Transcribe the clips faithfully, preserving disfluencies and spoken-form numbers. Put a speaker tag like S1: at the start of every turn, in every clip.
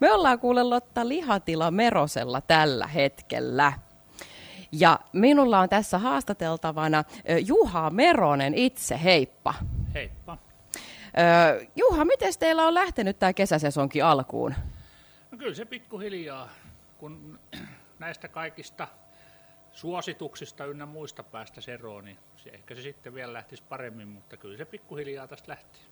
S1: Me ollaan kuule Lotta Lihatila Merosella tällä hetkellä. Ja minulla on tässä haastateltavana Juha Meronen itse, heippa.
S2: Heippa.
S1: Ö, Juha, miten teillä on lähtenyt tämä kesäsesonkin alkuun?
S2: No kyllä se pikkuhiljaa, kun näistä kaikista suosituksista ynnä muista päästä eroon, niin se, ehkä se sitten vielä lähtisi paremmin, mutta kyllä se pikkuhiljaa tästä lähtee.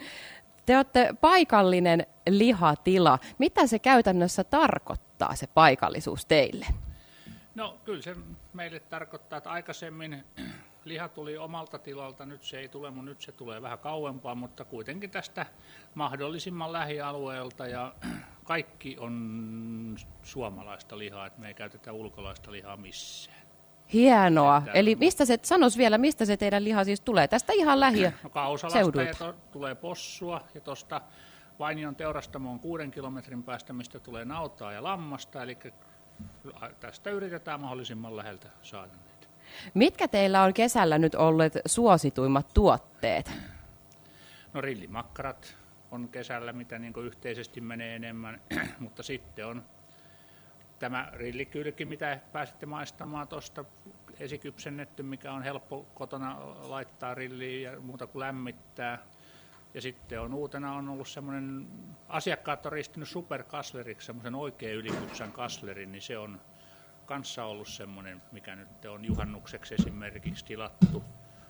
S1: Te olette paikallinen lihatila. Mitä se käytännössä tarkoittaa, se paikallisuus teille?
S2: No kyllä se meille tarkoittaa, että aikaisemmin liha tuli omalta tilalta, nyt se ei tule, mutta nyt se tulee vähän kauempaa, mutta kuitenkin tästä mahdollisimman lähialueelta ja kaikki on suomalaista lihaa, että me ei käytetä ulkolaista lihaa missään.
S1: Hienoa.
S2: Että,
S1: Eli mistä se, sanois vielä, mistä se teidän liha siis tulee? Tästä ihan lähiseudulta.
S2: No Kausalasta ja to, tulee possua ja tuosta Vainion teurastamoon kuuden kilometrin päästä, mistä tulee nautaa ja lammasta, eli tästä yritetään mahdollisimman läheltä saada niitä.
S1: Mitkä teillä on kesällä nyt olleet suosituimmat tuotteet?
S2: No rillimakkarat on kesällä, mitä niin kuin yhteisesti menee enemmän, mutta sitten on tämä rillikylki, mitä pääsitte maistamaan tuosta, esikypsennetty, mikä on helppo kotona laittaa rilliin ja muuta kuin lämmittää. Ja sitten on uutena on ollut semmoinen, asiakkaat on ristinyt superkasleriksi, semmoisen oikein ylikypsän kaslerin, niin se on kanssa ollut semmoinen, mikä nyt on juhannukseksi esimerkiksi tilattu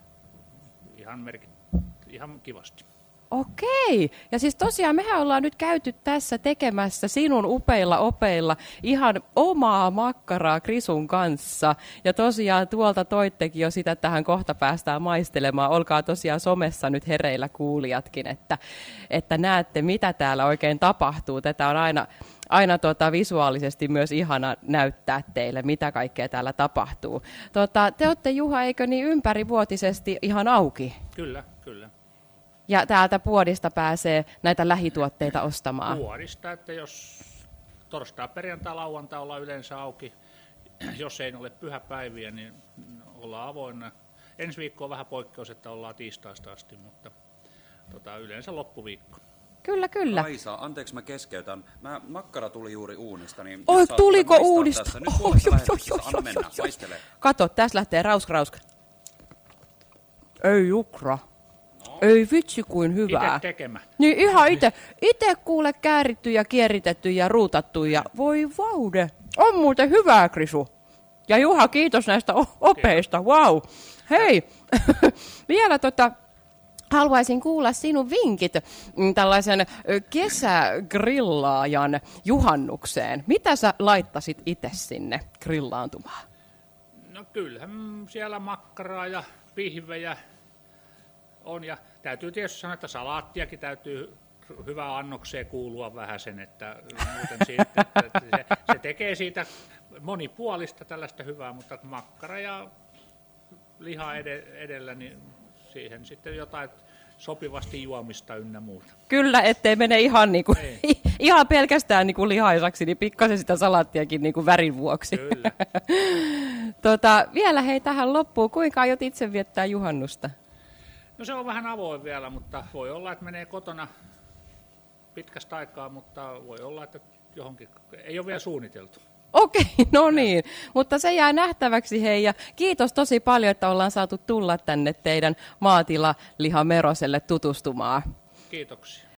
S2: ihan, merkit, ihan kivasti.
S1: Okei. Ja siis tosiaan mehän ollaan nyt käyty tässä tekemässä sinun upeilla opeilla ihan omaa makkaraa Krisun kanssa. Ja tosiaan tuolta toittekin jo sitä, tähän kohta päästään maistelemaan. Olkaa tosiaan somessa nyt hereillä kuulijatkin, että, että näette mitä täällä oikein tapahtuu. Tätä on aina, aina tota visuaalisesti myös ihana näyttää teille, mitä kaikkea täällä tapahtuu. Tota, te olette Juha, eikö niin ympärivuotisesti ihan auki?
S2: Kyllä, kyllä.
S1: Ja täältä Puodista pääsee näitä lähituotteita ostamaan.
S2: Puodista, että jos torstai, perjantai, lauantai ollaan yleensä auki, jos ei ole pyhäpäiviä, niin ollaan avoinna. Ensi viikko on vähän poikkeus, että ollaan tiistaista asti, mutta tota, yleensä loppuviikko.
S1: Kyllä, kyllä.
S3: Kaisa, anteeksi mä keskeytän. Mä, makkara tuli juuri uunista, niin...
S1: Oi, tuliko uunista?
S3: Tässä. Nyt puolessa lähetyksessä, anna mennä, maistele.
S1: Kato, tässä lähtee rausk, rausk. Ei jukra. Ei vitsi kuin hyvää.
S2: Itse tekemä.
S1: Niin ihan itse. Itse kuule kääritty ja kieritetty ja ruutattu ja voi vaude. On muuten hyvää, Krisu. Ja Juha, kiitos näistä opeista. Vau. Wow. Hei, vielä tota... Haluaisin kuulla sinun vinkit tällaisen kesägrillaajan juhannukseen. Mitä sä laittasit itse sinne grillaantumaan?
S2: No kyllähän siellä makkaraa ja pihvejä on. Ja täytyy tietysti sanoa, että salaattiakin täytyy hyvää annokseen kuulua vähän sen, että, siitä, että se, se tekee siitä monipuolista tällaista hyvää, mutta makkara ja liha edellä, niin siihen sitten jotain sopivasti juomista ynnä muuta.
S1: Kyllä, ettei mene ihan, niinku, ihan pelkästään niinku lihaisaksi, niin pikkasen sitä salaattiakin niinku värin vuoksi.
S2: Kyllä.
S1: tota, vielä hei tähän loppuun, kuinka aiot itse viettää juhannusta?
S2: No se on vähän avoin vielä, mutta voi olla, että menee kotona pitkästä aikaa, mutta voi olla, että johonkin ei ole vielä suunniteltu.
S1: Okei, no niin, mutta se jää nähtäväksi hei ja kiitos tosi paljon, että ollaan saatu tulla tänne teidän maatila Liha Meroselle tutustumaan.
S2: Kiitoksia.